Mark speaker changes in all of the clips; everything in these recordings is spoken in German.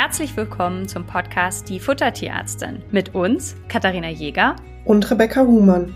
Speaker 1: Herzlich willkommen zum Podcast Die Futtertierärztin mit uns, Katharina Jäger
Speaker 2: und Rebecca Humann.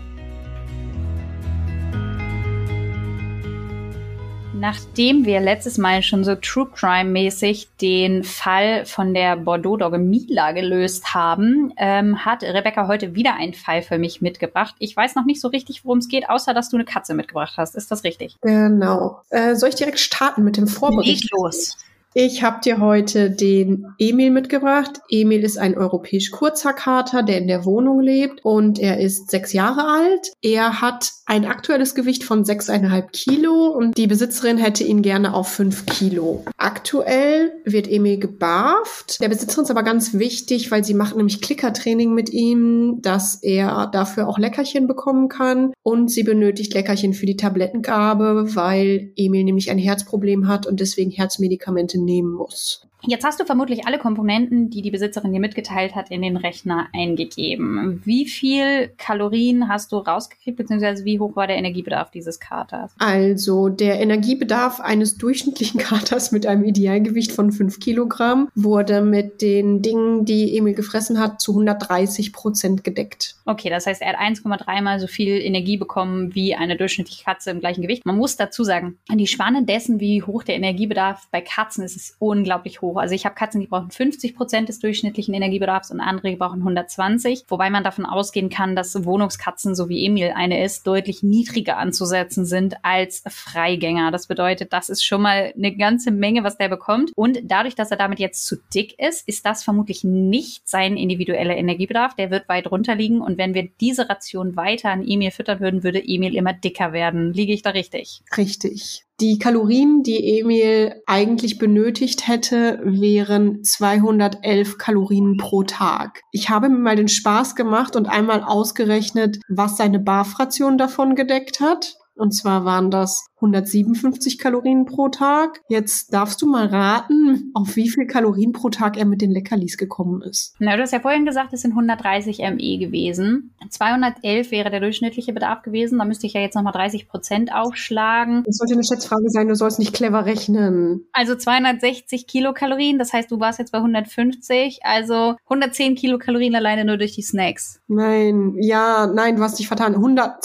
Speaker 1: Nachdem wir letztes Mal schon so True Crime-mäßig den Fall von der Bordeaux-Dogge Mila gelöst haben, hat Rebecca heute wieder einen Fall für mich mitgebracht. Ich weiß noch nicht so richtig, worum es geht, außer dass du eine Katze mitgebracht hast. Ist das richtig?
Speaker 2: Genau. Soll ich direkt starten mit dem Vorbericht?
Speaker 1: Leg los.
Speaker 2: Ich habe dir heute den Emil mitgebracht. Emil ist ein europäisch Kurzhaarkater, der in der Wohnung lebt und er ist 6 Jahre alt. Er hat ein aktuelles Gewicht von 6,5 Kilo und die Besitzerin hätte ihn gerne auf 5 Kilo. Aktuell wird Emil gebarft. Der Besitzerin ist aber ganz wichtig, weil sie macht nämlich Klickertraining mit ihm, dass er dafür auch Leckerchen bekommen kann und sie benötigt Leckerchen für die Tablettengabe, weil Emil nämlich ein Herzproblem hat und deswegen Herzmedikamente nehmen muss.
Speaker 1: Jetzt hast du vermutlich alle Komponenten, die die Besitzerin dir mitgeteilt hat, in den Rechner eingegeben. Wie viel Kalorien hast du rausgekriegt, beziehungsweise wie hoch war der Energiebedarf dieses Katers? Also
Speaker 2: der Energiebedarf eines durchschnittlichen Katers mit einem Idealgewicht von 5 Kilogramm wurde mit den Dingen, die Emil gefressen hat, zu 130% gedeckt.
Speaker 1: Okay, das heißt, er hat 1,3 mal so viel Energie bekommen wie eine durchschnittliche Katze im gleichen Gewicht. Man muss dazu sagen, die Spanne dessen, wie hoch der Energiebedarf bei Katzen ist, ist unglaublich hoch. Also ich habe Katzen, die brauchen 50% des durchschnittlichen Energiebedarfs und andere brauchen 120. Wobei man davon ausgehen kann, dass Wohnungskatzen, so wie Emil eine ist, deutlich niedriger anzusetzen sind als Freigänger. Das bedeutet, das ist schon mal eine ganze Menge, was der bekommt. Und dadurch, dass er damit jetzt zu dick ist das vermutlich nicht sein individueller Energiebedarf. Der wird weit runter liegen. Und wenn wir diese Ration weiter an Emil füttern würden, würde Emil immer dicker werden. Liege ich da richtig?
Speaker 2: Richtig. Die Kalorien, die Emil eigentlich benötigt hätte, wären 211 Kalorien pro Tag. Ich habe mir mal den Spaß gemacht und einmal ausgerechnet, was seine BAF-Ration davon gedeckt hat. Und zwar waren das 157 Kalorien pro Tag. Jetzt darfst du mal raten, auf wie viel Kalorien pro Tag er mit den Leckerlis gekommen ist.
Speaker 1: Na, du hast ja vorhin gesagt, es sind 130 ME gewesen. 211 wäre der durchschnittliche Bedarf gewesen. Da müsste ich ja jetzt nochmal 30% aufschlagen.
Speaker 2: Das sollte eine Schätzfrage sein, du sollst nicht clever rechnen.
Speaker 1: Also 260 Kilokalorien, das heißt, du warst jetzt bei 150, also 110 Kilokalorien alleine nur durch die Snacks.
Speaker 2: Nein, du hast dich vertan.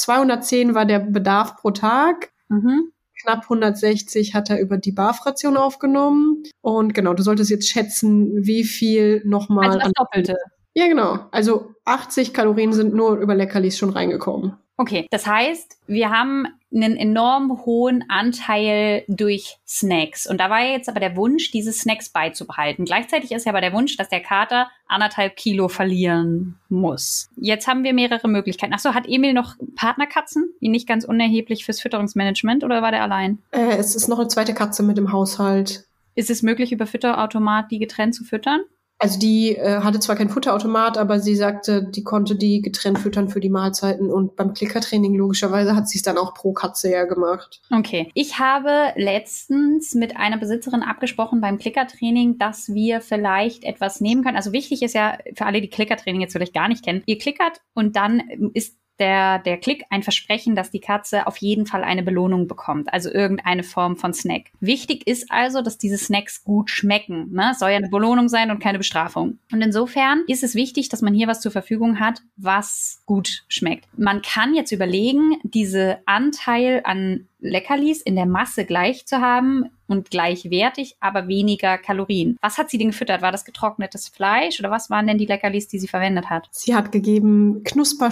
Speaker 2: 210 war der Bedarf pro Tag.
Speaker 1: Mhm.
Speaker 2: Knapp 160 hat er über die BAF-Ration aufgenommen. Und genau, du solltest jetzt schätzen, wie viel nochmal.
Speaker 1: Also das Doppelte.
Speaker 2: Ja, genau. Also 80 Kalorien sind nur über Leckerlis schon reingekommen.
Speaker 1: Okay, das heißt, wir haben einen enorm hohen Anteil durch Snacks. Und da war jetzt aber der Wunsch, diese Snacks beizubehalten. Gleichzeitig ist ja aber der Wunsch, dass der Kater 1,5 Kilo verlieren muss. Jetzt haben wir mehrere Möglichkeiten. Achso, hat Emil noch Partnerkatzen? Die nicht ganz unerheblich fürs Fütterungsmanagement, oder war der allein?
Speaker 2: Es ist noch eine zweite Katze mit im Haushalt.
Speaker 1: Ist es möglich, über Futterautomat die getrennt zu füttern?
Speaker 2: Also die hatte zwar keinen Futterautomat, aber sie sagte, die konnte die getrennt füttern für die Mahlzeiten. Und beim Klickertraining logischerweise hat sie es dann auch pro Katze ja gemacht.
Speaker 1: Okay. Ich habe letztens mit einer Besitzerin abgesprochen beim Klickertraining, dass wir vielleicht etwas nehmen können. Also wichtig ist ja, für alle, die Klickertraining jetzt vielleicht gar nicht kennen, ihr klickert und dann ist der Klick ein Versprechen, dass die Katze auf jeden Fall eine Belohnung bekommt, also irgendeine Form von Snack. Wichtig ist also, dass diese Snacks gut schmecken. Ne? Es soll ja eine Belohnung sein und keine Bestrafung. Und insofern ist es wichtig, dass man hier was zur Verfügung hat, was gut schmeckt. Man kann jetzt überlegen, diese Anteil an Leckerlis in der Masse gleich zu haben und gleichwertig, aber weniger Kalorien. Was hat sie denn gefüttert? War das getrocknetes Fleisch oder was waren denn die Leckerlis, die sie verwendet hat?
Speaker 2: Sie hat gegeben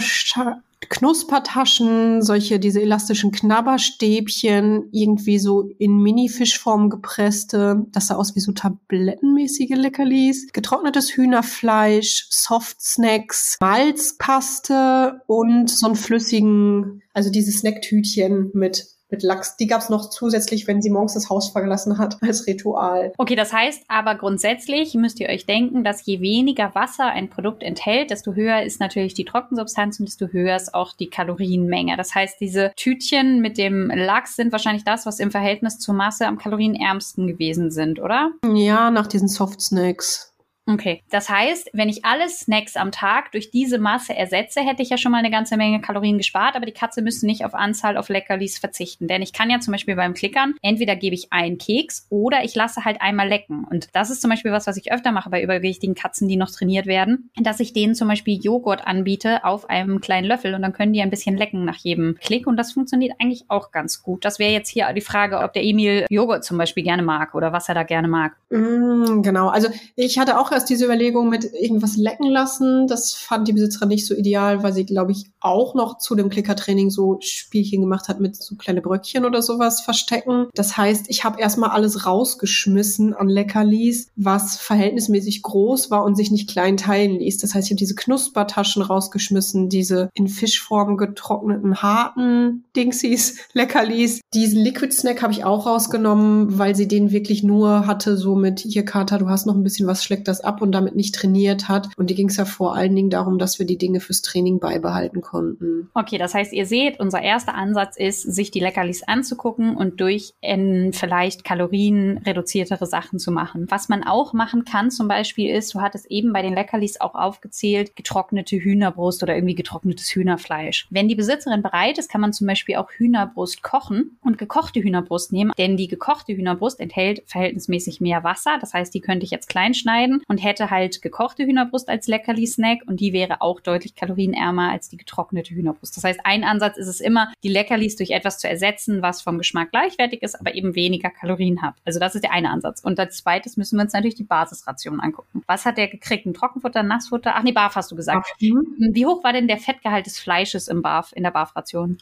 Speaker 2: Knuspertaschen, diese elastischen Knabberstäbchen, irgendwie so in Mini-Fischform gepresste. Das sah aus wie so tablettenmäßige Leckerlis. Getrocknetes Hühnerfleisch, Softsnacks, Malzpaste und so einen flüssigen, also diese Snacktütchen mit Lachs. Die gab's noch zusätzlich, wenn sie morgens das Haus verlassen hat, als Ritual.
Speaker 1: Okay, das heißt aber grundsätzlich müsst ihr euch denken, dass je weniger Wasser ein Produkt enthält, desto höher ist natürlich die Trockensubstanz und desto höher ist auch die Kalorienmenge. Das heißt, diese Tütchen mit dem Lachs sind wahrscheinlich das, was im Verhältnis zur Masse am kalorienärmsten gewesen sind, oder?
Speaker 2: Ja, nach diesen Softsnacks.
Speaker 1: Okay, das heißt, wenn ich alle Snacks am Tag durch diese Masse ersetze, hätte ich ja schon mal eine ganze Menge Kalorien gespart, aber die Katze müsste nicht auf Anzahl auf Leckerlis verzichten. Denn ich kann ja zum Beispiel beim Klickern, entweder gebe ich einen Keks oder ich lasse halt einmal lecken. Und das ist zum Beispiel was ich öfter mache bei übergewichtigen Katzen, die noch trainiert werden, dass ich denen zum Beispiel Joghurt anbiete auf einem kleinen Löffel und dann können die ein bisschen lecken nach jedem Klick und das funktioniert eigentlich auch ganz gut. Das wäre jetzt hier die Frage, ob der Emil Joghurt zum Beispiel gerne mag oder was er da gerne mag.
Speaker 2: Genau, also ich hatte auch erst diese Überlegung mit irgendwas lecken lassen. Das fand die Besitzerin nicht so ideal, weil sie, glaube ich, auch noch zu dem Klickertraining so Spielchen gemacht hat mit so kleine Bröckchen oder sowas verstecken. Das heißt, ich habe erstmal alles rausgeschmissen an Leckerlis, was verhältnismäßig groß war und sich nicht klein teilen ließ. Das heißt, ich habe diese Knuspertaschen rausgeschmissen, diese in Fischform getrockneten harten Dingsies, Leckerlis. Diesen Liquid Snack habe ich auch rausgenommen, weil sie den wirklich nur hatte, so mit, hier Kater, du hast noch ein bisschen was, schlägt das ab und damit nicht trainiert hat. Und die ging es ja vor allen Dingen darum, dass wir die Dinge fürs Training beibehalten konnten.
Speaker 1: Okay, das heißt, ihr seht, unser erster Ansatz ist, sich die Leckerlis anzugucken und durch vielleicht kalorienreduziertere Sachen zu machen. Was man auch machen kann zum Beispiel ist, du hattest eben bei den Leckerlis auch aufgezählt, getrocknete Hühnerbrust oder irgendwie getrocknetes Hühnerfleisch. Wenn die Besitzerin bereit ist, kann man zum Beispiel auch Hühnerbrust kochen und gekochte Hühnerbrust nehmen, denn die gekochte Hühnerbrust enthält verhältnismäßig mehr Wasser. Das heißt, die könnte ich jetzt klein schneiden und hätte halt gekochte Hühnerbrust als Leckerli-Snack und die wäre auch deutlich kalorienärmer als die getrocknete Hühnerbrust. Das heißt, ein Ansatz ist es immer, die Leckerlis durch etwas zu ersetzen, was vom Geschmack gleichwertig ist, aber eben weniger Kalorien hat. Also das ist der eine Ansatz. Und als zweites müssen wir uns natürlich die Basisration angucken. Was hat der gekriegt? Ein Trockenfutter, ein Nassfutter? Ach nee, Barf hast du gesagt. Wie hoch war denn der Fettgehalt des Fleisches in der Barf-Ration?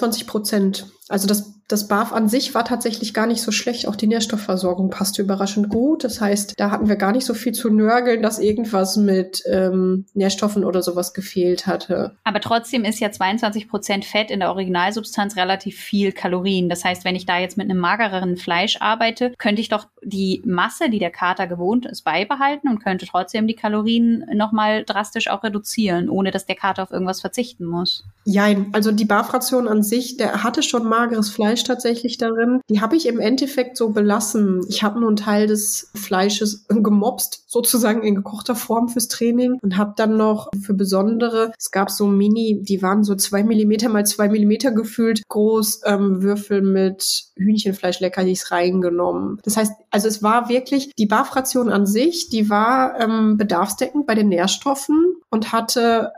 Speaker 2: 22%. Also das BAF an sich war tatsächlich gar nicht so schlecht. Auch die Nährstoffversorgung passte überraschend gut. Das heißt, da hatten wir gar nicht so viel zu nörgeln, dass irgendwas mit Nährstoffen oder sowas gefehlt hatte.
Speaker 1: Aber trotzdem ist ja 22% Fett in der Originalsubstanz relativ viel Kalorien. Das heißt, wenn ich da jetzt mit einem magereren Fleisch arbeite, könnte ich doch die Masse, die der Kater gewohnt ist, beibehalten und könnte trotzdem die Kalorien nochmal drastisch auch reduzieren, ohne dass der Kater auf irgendwas verzichten muss.
Speaker 2: Jein, also die BAF-Ration an sich, der hatte schon mageres Fleisch tatsächlich darin. Die habe ich im Endeffekt so belassen. Ich habe nur einen Teil des Fleisches gemopst, sozusagen in gekochter Form fürs Training und habe dann noch für besondere, es gab so die waren so 2 mm mal 2 mm gefühlt groß, Würfel mit Hühnchenfleischleckerlis reingenommen. Das heißt, also es war wirklich, die BAF-Ration an sich, die war bedarfsdeckend bei den Nährstoffen und hatte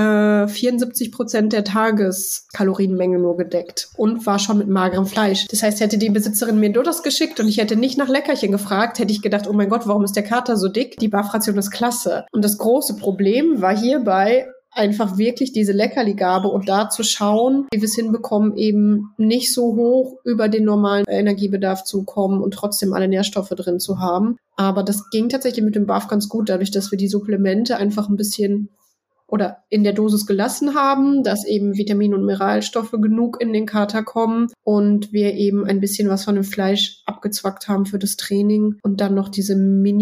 Speaker 2: 74% der Tageskalorienmenge nur gedeckt und war schon mit magerem Fleisch. Das heißt, hätte die Besitzerin mir nur das geschickt und ich hätte nicht nach Leckerchen gefragt, hätte ich gedacht, oh mein Gott, warum ist der Kater so dick? Die BAF-Ration ist klasse. Und das große Problem war hierbei einfach wirklich diese Leckerligabe und da zu schauen, wie wir es hinbekommen, eben nicht so hoch über den normalen Energiebedarf zu kommen und trotzdem alle Nährstoffe drin zu haben. Aber das ging tatsächlich mit dem BAF ganz gut, dadurch, dass wir die Supplemente einfach ein bisschen oder in der Dosis gelassen haben, dass eben Vitamin- und Mineralstoffe genug in den Kater kommen und wir eben ein bisschen was von dem Fleisch abgezwackt haben für das Training und dann noch diese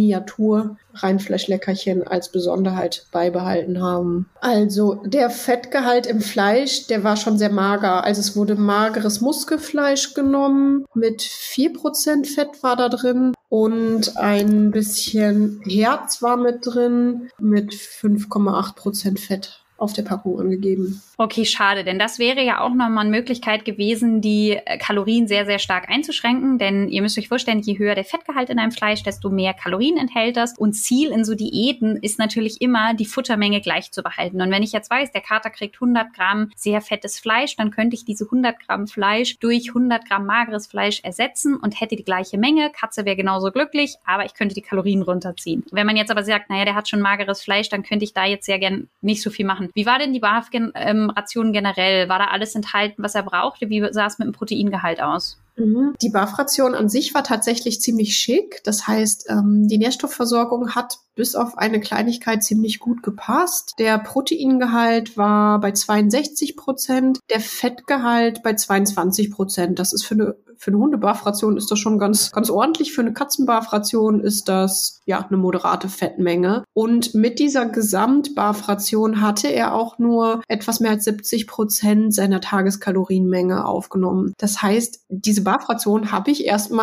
Speaker 2: Miniatur-Reinfleischleckerchen als Besonderheit beibehalten haben. Also der Fettgehalt im Fleisch, der war schon sehr mager. Also es wurde mageres Muskelfleisch genommen, mit 4% Fett war da drin. Und ein bisschen Herz war mit drin, mit 5,8% Fett auf der Packung angegeben.
Speaker 1: Okay, schade, denn das wäre ja auch nochmal eine Möglichkeit gewesen, die Kalorien sehr, sehr stark einzuschränken, denn ihr müsst euch vorstellen, je höher der Fettgehalt in einem Fleisch, desto mehr Kalorien enthält das und Ziel in so Diäten ist natürlich immer, die Futtermenge gleich zu behalten und wenn ich jetzt weiß, der Kater kriegt 100 Gramm sehr fettes Fleisch, dann könnte ich diese 100 Gramm Fleisch durch 100 Gramm mageres Fleisch ersetzen und hätte die gleiche Menge, Katze wäre genauso glücklich, aber ich könnte die Kalorien runterziehen. Wenn man jetzt aber sagt, naja, der hat schon mageres Fleisch, dann könnte ich da jetzt sehr gern nicht so viel machen. Wie war denn die BAF-Ration generell? War da alles enthalten, was er brauchte? Wie sah es mit dem Proteingehalt aus?
Speaker 2: Die BAF-Ration an sich war tatsächlich ziemlich schick. Das heißt, die Nährstoffversorgung hat bis auf eine Kleinigkeit ziemlich gut gepasst. Der Proteingehalt war bei 62%, der Fettgehalt bei 22%. Das ist für eine Hunde-BAF-Ration ist das schon ganz, ganz ordentlich. Für eine Katzen-BAF-Ration ist das ja eine moderate Fettmenge. Und mit dieser Gesamt-BAF-Ration hatte er auch nur etwas mehr als 70% seiner Tageskalorienmenge aufgenommen. Das heißt, diese BAF-Ration habe ich erstmal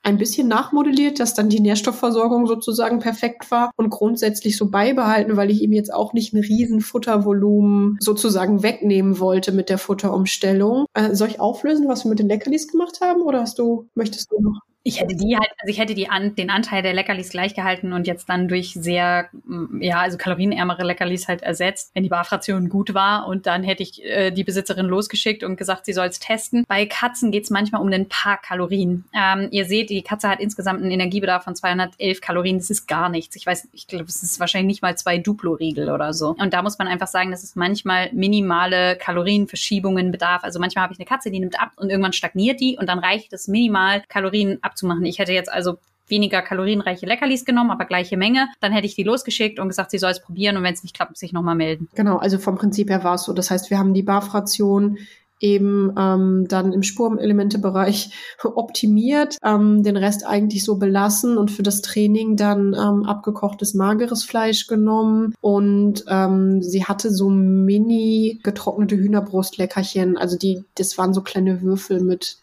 Speaker 2: ein bisschen nachmodelliert, dass dann die Nährstoffversorgung sozusagen perfekt war und grundsätzlich so beibehalten, weil ich ihm jetzt auch nicht ein riesen Futtervolumen sozusagen wegnehmen wollte mit der Futterumstellung. Soll ich auflösen, was wir mit den Leckerlis gemacht haben, oder möchtest du noch?
Speaker 1: Ich hätte den Anteil der Leckerlis gleich gehalten und jetzt dann durch sehr, also kalorienärmere Leckerlis halt ersetzt, wenn die Barfration gut war, und dann hätte ich die Besitzerin losgeschickt und gesagt, sie soll es testen. Bei Katzen geht es manchmal um ein paar Kalorien. Ihr seht, die Katze hat insgesamt einen Energiebedarf von 211 Kalorien. Das ist gar nichts. Ich glaube, es ist wahrscheinlich nicht mal 2 Duplo-Riegel oder so. Und da muss man einfach sagen, dass es manchmal minimale Kalorienverschiebungen bedarf. Also manchmal habe ich eine Katze, die nimmt ab und irgendwann stagniert die und dann reicht es minimal, Kalorien abzumachen. Ich hätte jetzt also weniger kalorienreiche Leckerlis genommen, aber gleiche Menge. Dann hätte ich die losgeschickt und gesagt, sie soll es probieren und wenn es nicht klappt, sich nochmal melden.
Speaker 2: Genau, also vom Prinzip her war es so. Das heißt, wir haben die Barfration eben dann im Spurenelemente-Bereich optimiert, den Rest eigentlich so belassen und für das Training dann abgekochtes mageres Fleisch genommen und sie hatte so mini getrocknete Hühnerbrustleckerchen, also das waren so kleine Würfel mit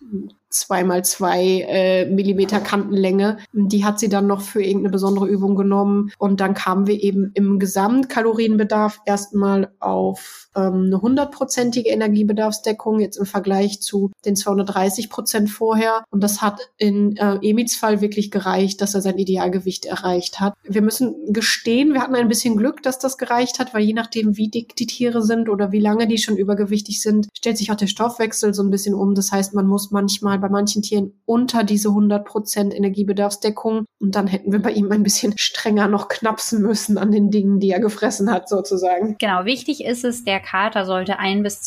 Speaker 2: 2x2 Millimeter Kantenlänge. Die hat sie dann noch für irgendeine besondere Übung genommen. Und dann kamen wir eben im Gesamtkalorienbedarf erstmal auf eine 100%ige Energiebedarfsdeckung, jetzt im Vergleich zu den 230% vorher. Und das hat in Emils Fall wirklich gereicht, dass er sein Idealgewicht erreicht hat. Wir müssen gestehen, wir hatten ein bisschen Glück, dass das gereicht hat, weil je nachdem, wie dick die Tiere sind oder wie lange die schon übergewichtig sind, stellt sich auch der Stoffwechsel so ein bisschen um. Das heißt, man muss manchmal bei manchen Tieren unter diese 100% Energiebedarfsdeckung und dann hätten wir bei ihm ein bisschen strenger noch knapsen müssen an den Dingen, die er gefressen hat, sozusagen.
Speaker 1: Genau, wichtig ist es, der Kater sollte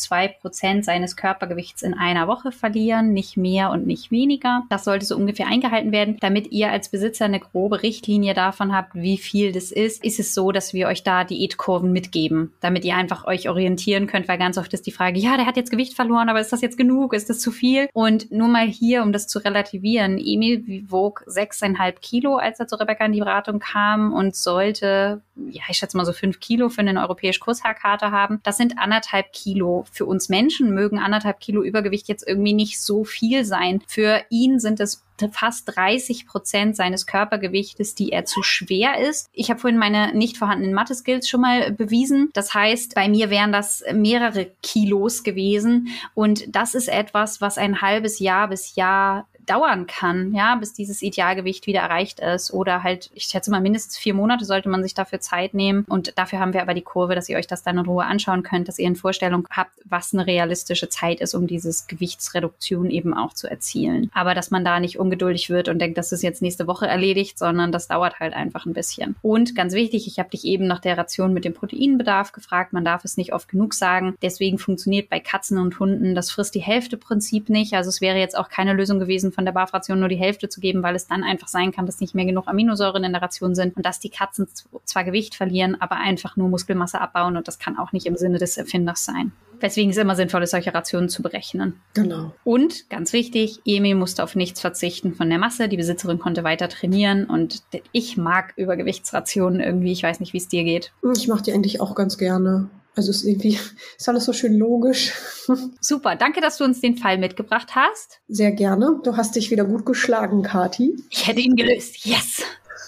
Speaker 1: 1-2% seines Körpergewichts in einer Woche verlieren, nicht mehr und nicht weniger. Das sollte so ungefähr eingehalten werden, damit ihr als Besitzer eine grobe Richtlinie davon habt, wie viel das ist. Ist es so, dass wir euch da Diätkurven mitgeben, damit ihr einfach euch orientieren könnt, weil ganz oft ist die Frage, ja, der hat jetzt Gewicht verloren, aber ist das jetzt genug? Ist das zu viel? Und nur mal hier, um das zu relativieren, Emil wog 6,5 Kilo, als er zu Rebecca in die Beratung kam und sollte, ja, ich schätze mal so 5 Kilo für einen europäisch Kurshaarkater haben. Das sind 1,5 Kilo. Für uns Menschen mögen 1,5 Kilo Übergewicht jetzt irgendwie nicht so viel sein. Für ihn sind es fast 30% seines Körpergewichtes, die er zu schwer ist. Ich habe vorhin meine nicht vorhandenen Mathe-Skills schon mal bewiesen. Das heißt, bei mir wären das mehrere Kilos gewesen. Und das ist etwas, was ein halbes Jahr bis Jahr dauern kann, ja, bis dieses Idealgewicht wieder erreicht ist. Oder halt, ich schätze mal, mindestens 4 Monate sollte man sich dafür Zeit nehmen. Und dafür haben wir aber die Kurve, dass ihr euch das dann in Ruhe anschauen könnt, dass ihr eine Vorstellung habt, was eine realistische Zeit ist, um dieses Gewichtsreduktion eben auch zu erzielen. Aber dass man da nicht ungeduldig wird und denkt, das ist jetzt nächste Woche erledigt, sondern das dauert halt einfach ein bisschen. Und ganz wichtig, ich habe dich eben nach der Ration mit dem Proteinbedarf gefragt. Man darf es nicht oft genug sagen. Deswegen funktioniert bei Katzen und Hunden das Frisst-die-Hälfte-Prinzip nicht. Also es wäre jetzt auch keine Lösung gewesen, von der Barfration nur die Hälfte zu geben, weil es dann einfach sein kann, dass nicht mehr genug Aminosäuren in der Ration sind und dass die Katzen zwar Gewicht verlieren, aber einfach nur Muskelmasse abbauen und das kann auch nicht im Sinne des Erfinders sein. Weswegen es immer sinnvoll ist, solche Rationen zu berechnen.
Speaker 2: Genau.
Speaker 1: Und, ganz wichtig, Emil musste auf nichts verzichten von der Masse. Die Besitzerin konnte weiter trainieren und ich mag Übergewichtsrationen irgendwie. Ich weiß nicht, wie es dir geht.
Speaker 2: Ich mache die eigentlich auch ganz gerne. Also ist alles so schön logisch.
Speaker 1: Super, danke, dass du uns den Fall mitgebracht hast.
Speaker 2: Sehr gerne. Du hast dich wieder gut geschlagen, Kathi.
Speaker 1: Ich hätte ihn gelöst. Yes!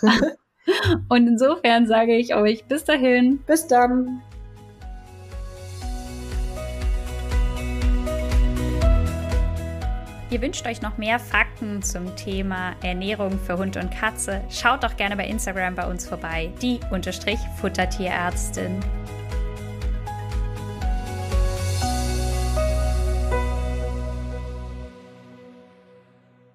Speaker 1: Und insofern sage ich euch bis dahin.
Speaker 2: Bis dann.
Speaker 1: Ihr wünscht euch noch mehr Fakten zum Thema Ernährung für Hund und Katze? Schaut doch gerne bei Instagram bei uns vorbei, die _Futtertierärztin.